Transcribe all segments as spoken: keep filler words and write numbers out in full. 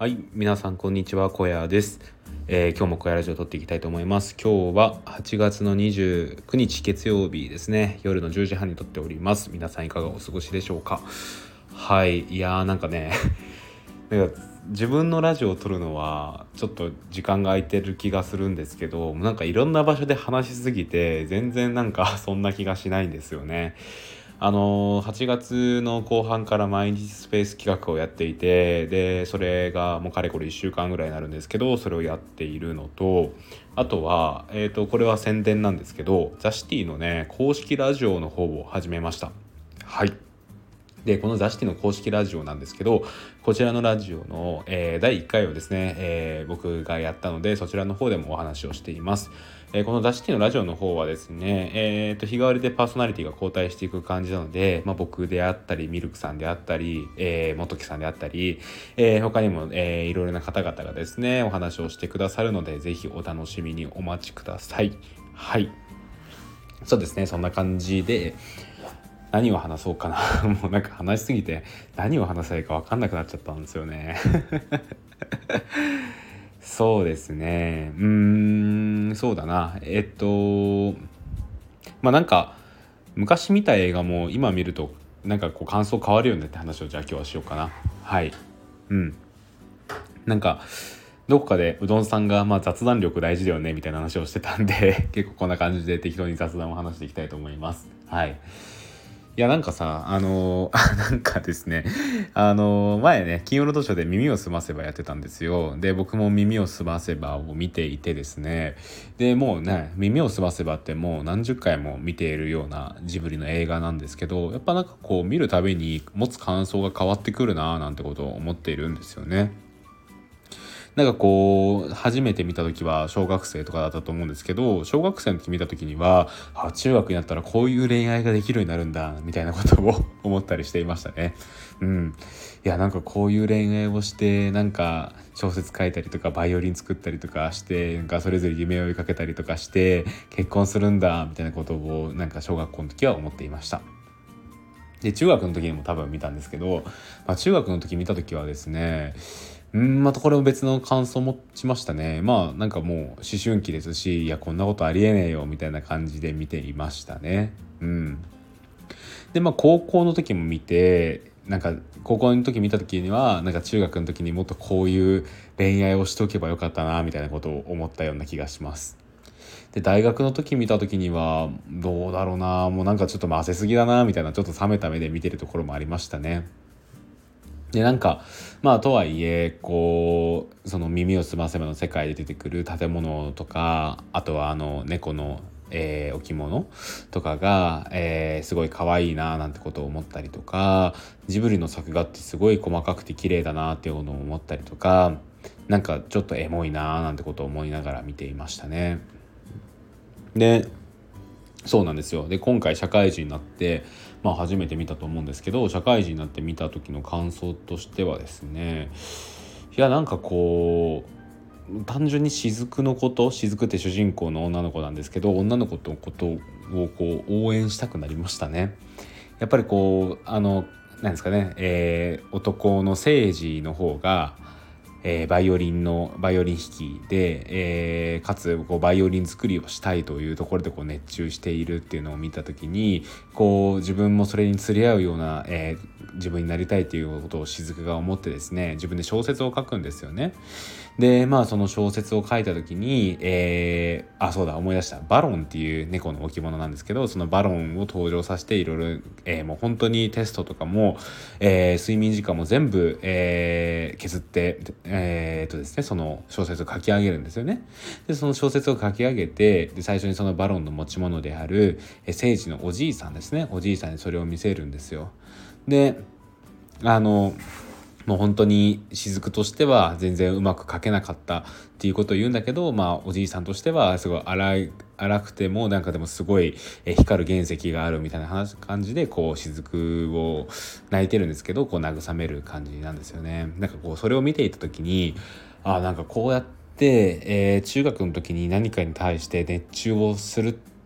はい、皆さんこんにちは、小屋です、えー、今日も小屋ラジオを撮っていきたいと思います。今日ははちがつのにじゅうくにち月曜日ですね。夜のじゅうじはんに撮っております。皆さんいかがお過ごしでしょうか。はい、いやーなんかねなんか自分のラジオを撮るのはちょっと時間が空いてる気がするんですけど、なんかいろんな場所で話しすぎて全然なんかそんな気がしないんですよね。あのはちがつの後半から毎日スペース企画をやっていて、でそれがもうかれこれいっしゅうかんぐらいになるんですけど、それをやっているのと、あとは、えーと、これは宣伝なんですけど、ザシティのね公式ラジオの方を始めました。はい。でこのザシティの公式ラジオなんですけど、こちらのラジオの、えー、だいいっかいをですね、えー、僕がやったので、そちらの方でもお話をしています。えー、このザシティのラジオの方はですね、えー、と日替わりでパーソナリティが交代していく感じなので、まあ、僕であったりミルクさんであったり、えー、元木さんであったり、えー、他にも、えー、いろいろな方々がですねお話をしてくださるので、ぜひお楽しみにお待ちください。はい、そうですね、そんな感じで何を話そうかなもうなんか話しすぎて何を話せばいいか分かんなくなっちゃったんですよねそうですね、うーんそうだなえっとまあなんか昔見た映画も今見るとなんかこう感想変わるよねって話をじゃあ今日はしようかな。はい。うんなんかどこかでうどんさんがまあ雑談力大事だよねみたいな話をしてたんで結構こんな感じで適当に雑談を話していきたいと思います。はい。いやなんかさあのー、なんかですねあのー、前ね金曜ロードショーで耳をすませばやってたんですよ。で僕も耳をすませばを見ていてですね、でもうね耳をすませばってもう何十回も見ているようなジブリの映画なんですけど、やっぱなんかこう見るたびに持つ感想が変わってくるなーなんてことを思っているんですよね。なんかこう初めて見た時は小学生とかだったと思うんですけど、小学生の時見た時にはあ中学になったらこういう恋愛ができるようになるんだみたいなことを思ったりしていましたね。うん。いやなんかこういう恋愛をしてなんか小説書いたりとかバイオリン作ったりとかして、なんかそれぞれ夢を追いかけたりとかして結婚するんだみたいなことをなんか小学校の時は思っていました。で中学の時にも多分見たんですけど、まあ、中学の時見た時はですね、うんまたこれも別の感想を持ちましたね。まあなんかもう思春期ですし、いやこんなことありえねえよみたいな感じで見ていましたね。うんでまあ高校の時も見て、なんか高校の時見た時にはなんか中学の時にもっとこういう恋愛をしておけばよかったなみたいなことを思ったような気がします。で大学の時見た時にはどうだろうな、もうなんかちょっとませすぎだなみたいな、ちょっと冷めた目で見てるところもありましたね。でなんかまあとはいえこうその耳をすませばの世界で出てくる建物とか、あとはあの猫の、えー置物とかが、えーすごい可愛いななんてことを思ったりとか、ジブリの作画ってすごい細かくて綺麗だなっていうのを思ったりとか、なんかちょっとエモいななんてことを思いながら見ていましたね。でそうなんですよ。で今回社会人になって、まあ、初めて見たと思うんですけど、社会人になって見た時の感想としてはですね、いやなんかこう単純に雫のこと、雫って主人公の女の子なんですけど、女の子のことをこう応援したくなりましたね。やっぱりこうあのなんですかね、えー、男の聖司の方がえー、バイオリンのバイオリン弾きで、えー、かつこうバイオリン作りをしたいというところでこう熱中しているっていうのを見た時に、こう自分もそれに釣り合うような、えー、自分になりたいということを雫が思ってですね、自分で小説を書くんですよね。でまあその小説を書いた時に、えー、あそうだ思い出した、バロンっていう猫の置物なんですけど、そのバロンを登場させていろいろ、えー、もう本当にテストとかも、えー、睡眠時間も全部、えー、削ってえー、っとですねその小説を書き上げるんですよね。でその小説を書き上げて、で最初にそのバロンの持ち物である、えー、聖司のおじいさんですね、おじいさんにそれを見せるんですよ。であのもう本当に雫としては全然うまく書けなかったっていうことを言うんだけど、まあおじいさんとしてはすごい荒い荒くてもなんかでもすごい光る原石があるみたいな話感じでこう雫を泣いてるんですけど、こう慰める感じなんですよね。なんかこうそれを見ていた時に、あなんかこうやって、えー、中学の時に何かに対して熱中をするっ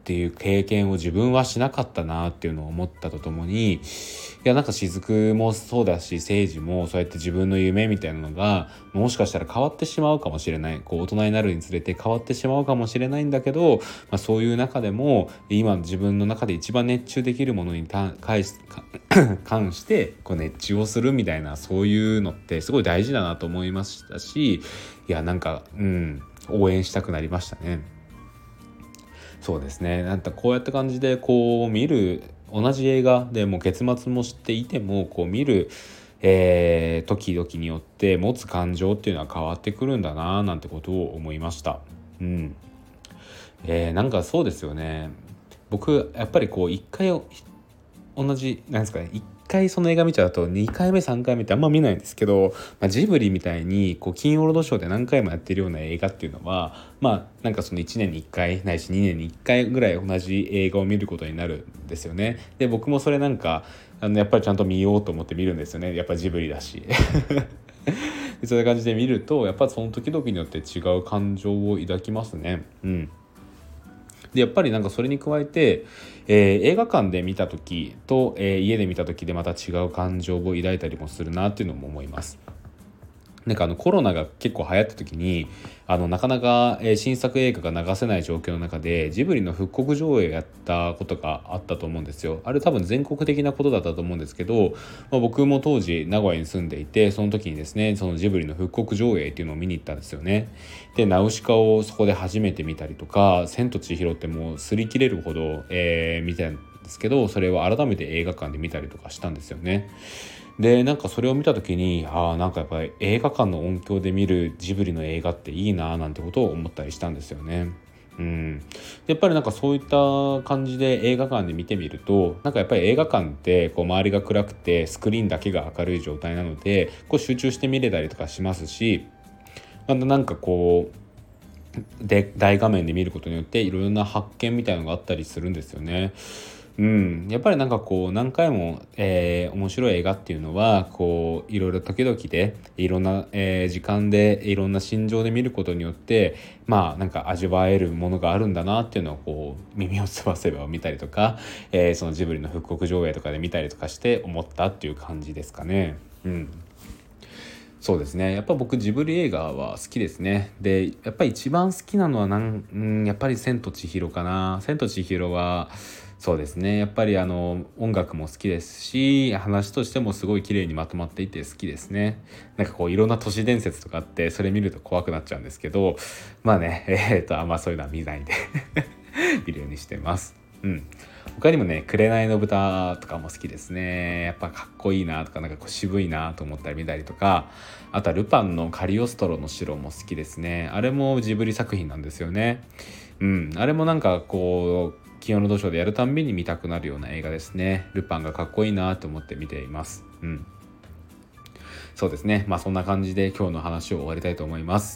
っていう経験を自分はしなかったなっていうのを思ったとともに、いやなんか雫もそうだし誠治もそうやって自分の夢みたいなのがもしかしたら変わってしまうかもしれない、こう大人になるにつれて変わってしまうかもしれないんだけど、まあ、そういう中でも今自分の中で一番熱中できるものに対し関してこう熱中をするみたいな、そういうのってすごい大事だなと思いましたし、いやなんかうん応援したくなりましたね。そうですね、なんかこうやって感じでこう見る同じ映画でも結末も知っていてもこう見る、えー、時々によって持つ感情っていうのは変わってくるんだななんてことを思いました。うん、えー、なんかそうですよね。僕やっぱりこう一回同じなんですかね、いっかいその映画見ちゃうとにかいめさんかいめってあんま見ないんですけど、まあ、ジブリみたいにこう金曜ロードショーで何回もやってるような映画っていうのはまあなんかそのいちねんにいっかいないしにねんにいっかいぐらい同じ映画を見ることになるんですよね。で僕もそれなんかあのやっぱりちゃんと見ようと思って見るんですよね。やっぱジブリだしそういう感じで見るとやっぱその時々によって違う感情を抱きますね。うんでやっぱりなんかそれに加えて、えー映画館で見た時と、えー家で見た時でまた違う感情を抱いたりもするなっていうのも思います。なんかあのコロナが結構流行った時にあのなかなか、えー新作映画が流せない状況の中でジブリの復刻上映をやったことがあったと思うんですよ。あれ多分全国的なことだったと思うんですけど、まあ、僕も当時名古屋に住んでいてその時にですねそのジブリの復刻上映っていうのを見に行ったんですよね。でナウシカをそこで初めて見たりとか千と千尋ってもう擦り切れるほど、えー見たんですけどそれを改めて映画館で見たりとかしたんですよね。でなんかそれを見た時にああなんかやっぱり映画館の音響で見るジブリの映画っていいななんてことを思ったりしたんですよね。うん、やっぱりなんかそういった感じで映画館で見てみるとなんかやっぱり映画館ってこう周りが暗くてスクリーンだけが明るい状態なのでこう集中して見れたりとかしますし、またなんかこうで大画面で見ることによっていろいろな発見みたいなのがあったりするんですよね。うん、やっぱりなんかこう何回も、えー面白い映画っていうのはこういろいろ時々でいろんな、えー時間でいろんな心情で見ることによってまあなんか味わえるものがあるんだなっていうのをこう耳をすませば見たりとか、えーそのジブリの復刻上映とかで見たりとかして思ったっていう感じですかね。うんそうですね、やっぱ僕ジブリ映画は好きですね。でやっぱり一番好きなのはなん、うん、やっぱり千と千尋かな。千と千尋はそうですねやっぱりあの音楽も好きですし話としてもすごい綺麗にまとまっていて好きですね。なんかこういろんな都市伝説とかあってそれ見ると怖くなっちゃうんですけどまあねえー、っとあんまそういうのは見ないで見るようにしてます。うん他にもね紅の豚とかも好きですね。やっぱかっこいいなとかなんかこう渋いなと思ったり見たりとか、あとはルパンのカリオストロの城も好きですね。あれもジブリ作品なんですよね。うんあれもなんかこう金曜ロードショーでやるたんびに見たくなるような映画ですね。ルパンがかっこいいなと思って見ています。うんそうですねまあそんな感じで今日の話を終わりたいと思います。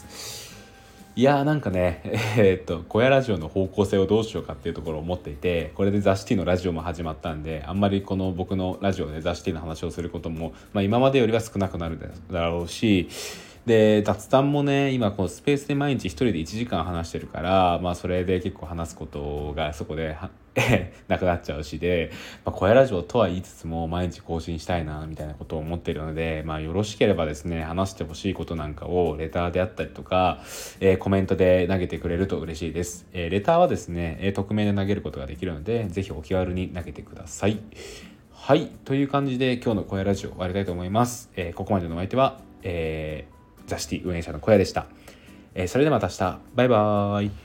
いやーなんかねえー、っと小屋ラジオの方向性をどうしようかっていうところを思っていて、これでザ・シティのラジオも始まったんであんまりこの僕のラジオでザ・シティの話をすることも、まあ、今までよりは少なくなるだろうし、で雑談もね今こうスペースで毎日一人でいちじかん話してるから、まあ、それで結構話すことがそこでなくなっちゃうしで、まあ、小屋ラジオとは言いつつも毎日更新したいなみたいなことを思っているので、まあ、よろしければですね話してほしいことなんかをレターであったりとか、えーコメントで投げてくれると嬉しいです。えーレターはですね、えー匿名で投げることができるのでぜひお気軽に投げてください。はいという感じで今日の小屋ラジオ終わりたいと思います。えーここまでのお相手は、えーザ・シティ運営者の小屋でした。えーそれではまた明日バイバーイ。